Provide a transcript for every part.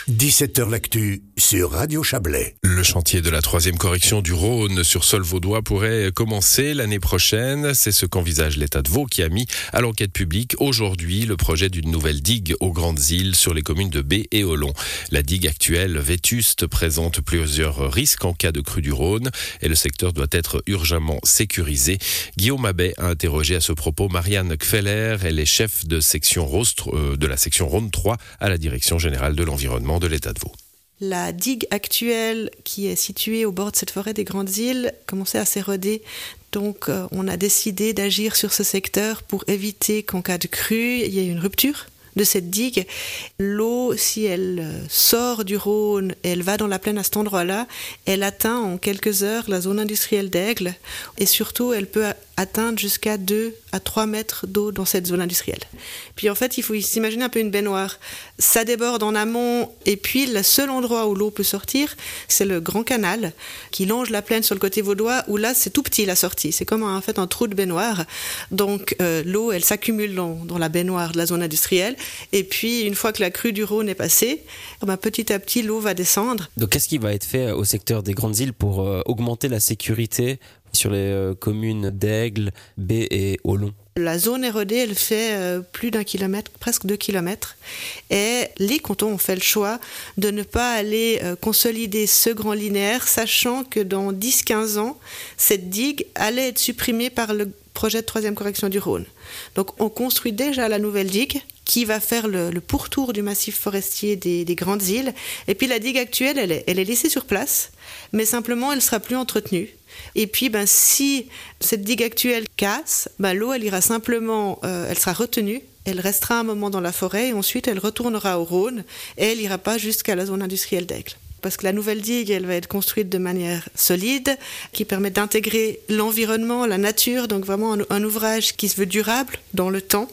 17h l'actu sur Radio Chablais. Le chantier de la 3e correction du Rhône sur sol vaudois pourrait commencer l'année prochaine. C'est ce qu'envisage l'État de Vaud qui a mis à l'enquête publique aujourd'hui le projet d'une nouvelle digue aux Grandes Îles sur les communes de Bé et Olon. La digue actuelle, vétuste, présente plusieurs risques en cas de crue du Rhône et le secteur doit être urgemment sécurisé. Guillaume Abbé a interrogé à ce propos Marianne Kfeller. Elle est chef de la section Rhône 3 à la Direction générale de l'environnement de l'État de Vaud. La digue actuelle qui est située au bord de cette forêt des Grandes Îles commençait à s'éroder. Donc on a décidé d'agir sur ce secteur pour éviter qu'en cas de crue, il y ait une rupture de cette digue. L'eau, si elle sort du Rhône et elle va dans la plaine à cet endroit-là, elle atteint en quelques heures la zone industrielle d'Aigle et surtout elle peut atteindre jusqu'à 2 à 3 mètres d'eau dans cette zone industrielle. Puis en fait, il faut s'imaginer un peu une baignoire. Ça déborde en amont et puis le seul endroit où l'eau peut sortir, c'est le grand canal qui longe la plaine sur le côté vaudois où là, c'est tout petit la sortie. C'est comme en fait un trou de baignoire. Donc l'eau, elle s'accumule dans la baignoire de la zone industrielle et puis une fois que la crue du Rhône est passée, petit à petit, l'eau va descendre. Donc qu'est-ce qui va être fait au secteur des Grandes Îles pour augmenter la sécurité sur les communes d'Aigle, Bé et Olon? La zone érodée, elle fait plus d'1 kilomètre, presque 2 kilomètres. Et les cantons ont fait le choix de ne pas aller consolider ce grand linéaire, sachant que dans 10-15 ans, cette digue allait être supprimée par le projet de 3e correction du Rhône. Donc on construit déjà la nouvelle digue qui va faire le pourtour du massif forestier des Grandes Îles. Et puis la digue actuelle, elle est laissée sur place, mais simplement elle ne sera plus entretenue. Et puis si cette digue actuelle casse, l'eau elle ira simplement, elle sera retenue, elle restera un moment dans la forêt et ensuite elle retournera au Rhône et elle n'ira pas jusqu'à la zone industrielle d'Aigle. Parce que la nouvelle digue, elle va être construite de manière solide, qui permet d'intégrer l'environnement, la nature, donc vraiment un ouvrage qui se veut durable dans le temps.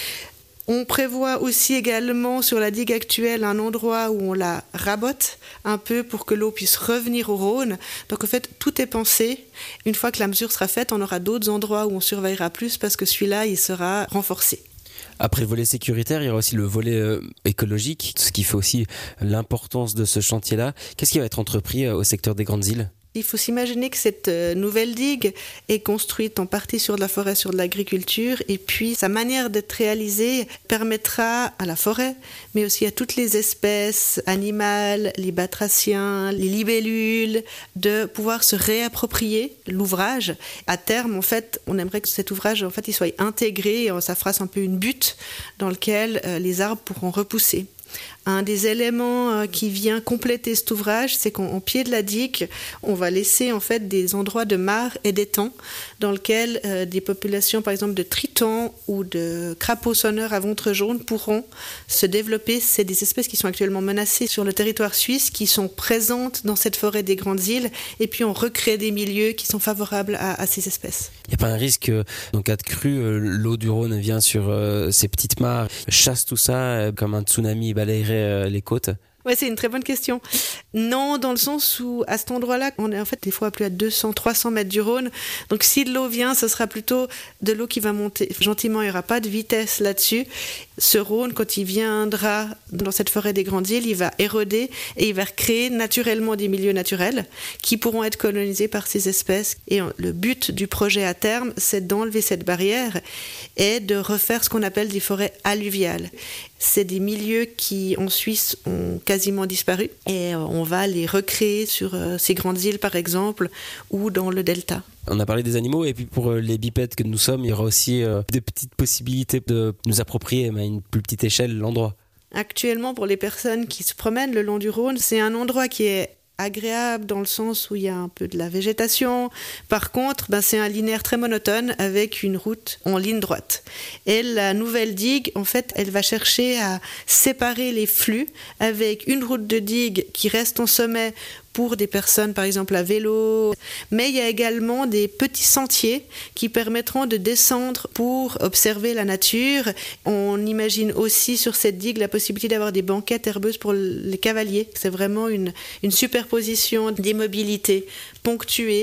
On prévoit aussi également sur la digue actuelle un endroit où on la rabote un peu pour que l'eau puisse revenir au Rhône. Donc en fait, tout est pensé. Une fois que la mesure sera faite, on aura d'autres endroits où on surveillera plus parce que celui-là, il sera renforcé. Après le volet sécuritaire, il y aura aussi le volet écologique, ce qui fait aussi l'importance de ce chantier-là. Qu'est-ce qui va être entrepris au secteur des Grandes Îles ? Il faut s'imaginer que cette nouvelle digue est construite en partie sur de la forêt, sur de l'agriculture, et puis sa manière d'être réalisée permettra à la forêt, mais aussi à toutes les espèces animales, les batraciens, les libellules, de pouvoir se réapproprier l'ouvrage. À terme, en fait, on aimerait que cet ouvrage, en fait, il soit intégré, ça fera un peu une butte dans lequel les arbres pourront repousser. Un des éléments qui vient compléter cet ouvrage, c'est qu'en pied de la digue, on va laisser en fait des endroits de mares et d'étangs dans lesquels des populations, par exemple de tritons ou de crapauds sonneurs à ventre jaune, pourront se développer. C'est des espèces qui sont actuellement menacées sur le territoire suisse, qui sont présentes dans cette forêt des Grandes Îles, et puis on recrée des milieux qui sont favorables à ces espèces. Il n'y a pas un risque qu'en cas de crue, l'eau du Rhône vient sur ces petites mares, chasse tout ça comme un tsunami balayerait les côtes? Ouais, c'est une très bonne question. Non, dans le sens où, à cet endroit-là, on est en fait des fois à plus à 200, 300 mètres du Rhône. Donc, si de l'eau vient, ce sera plutôt de l'eau qui va monter gentiment. Il n'y aura pas de vitesse là-dessus. Ce Rhône, quand il viendra dans cette forêt des Grandes Îles, il va éroder et il va créer naturellement des milieux naturels qui pourront être colonisés par ces espèces. Et le but du projet à terme, c'est d'enlever cette barrière et de refaire ce qu'on appelle des forêts alluviales. C'est des milieux qui, en Suisse, ont quasiment disparu et on va les recréer sur ces grandes îles, par exemple, ou dans le delta. On a parlé des animaux et puis pour les bipèdes que nous sommes, il y aura aussi des petites possibilités de nous approprier, mais à une plus petite échelle, l'endroit. Actuellement, pour les personnes qui se promènent le long du Rhône, c'est un endroit qui est agréable dans le sens où il y a un peu de la végétation. Par contre, c'est un linéaire très monotone avec une route en ligne droite. Et la nouvelle digue, en fait, elle va chercher à séparer les flux avec une route de digue qui reste en sommet pour des personnes, par exemple, à vélo. Mais il y a également des petits sentiers qui permettront de descendre pour observer la nature. On imagine aussi sur cette digue la possibilité d'avoir des banquettes herbeuses pour les cavaliers. C'est vraiment une superposition des mobilités ponctuées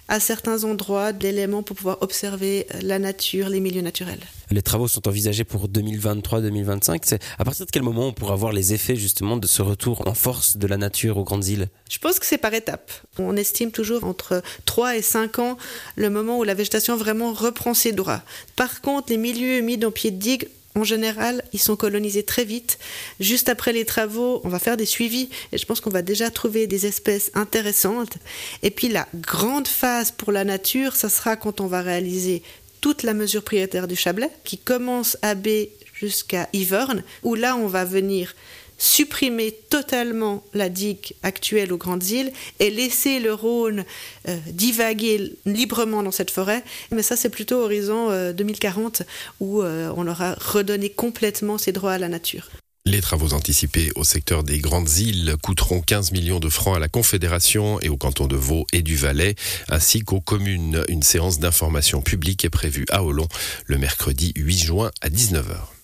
à certains endroits d'éléments pour pouvoir observer la nature, les milieux naturels. Les travaux sont envisagés pour 2023-2025. C'est à partir de quel moment on pourra voir les effets justement de ce retour en force de la nature aux grandes îles ? Je pense que c'est par étapes. On estime toujours entre 3 et 5 ans le moment où la végétation vraiment reprend ses droits. Par contre, les milieux humides en pied de digue, en général, ils sont colonisés très vite. Juste après les travaux, on va faire des suivis et je pense qu'on va déjà trouver des espèces intéressantes. Et puis la grande phase pour la nature, ça sera quand on va réaliser toute la mesure prioritaire du Chablais, qui commence à baie jusqu'à Yvern, où là on va venir supprimer totalement la digue actuelle aux Grandes Îles et laisser le Rhône divaguer librement dans cette forêt. Mais ça, c'est plutôt horizon 2040 où on aura redonné complètement ses droits à la nature. Les travaux anticipés au secteur des Grandes Îles coûteront 15 millions de francs à la Confédération et au canton de Vaud et du Valais, ainsi qu'aux communes. Une séance d'information publique est prévue à Olon le mercredi 8 juin à 19h.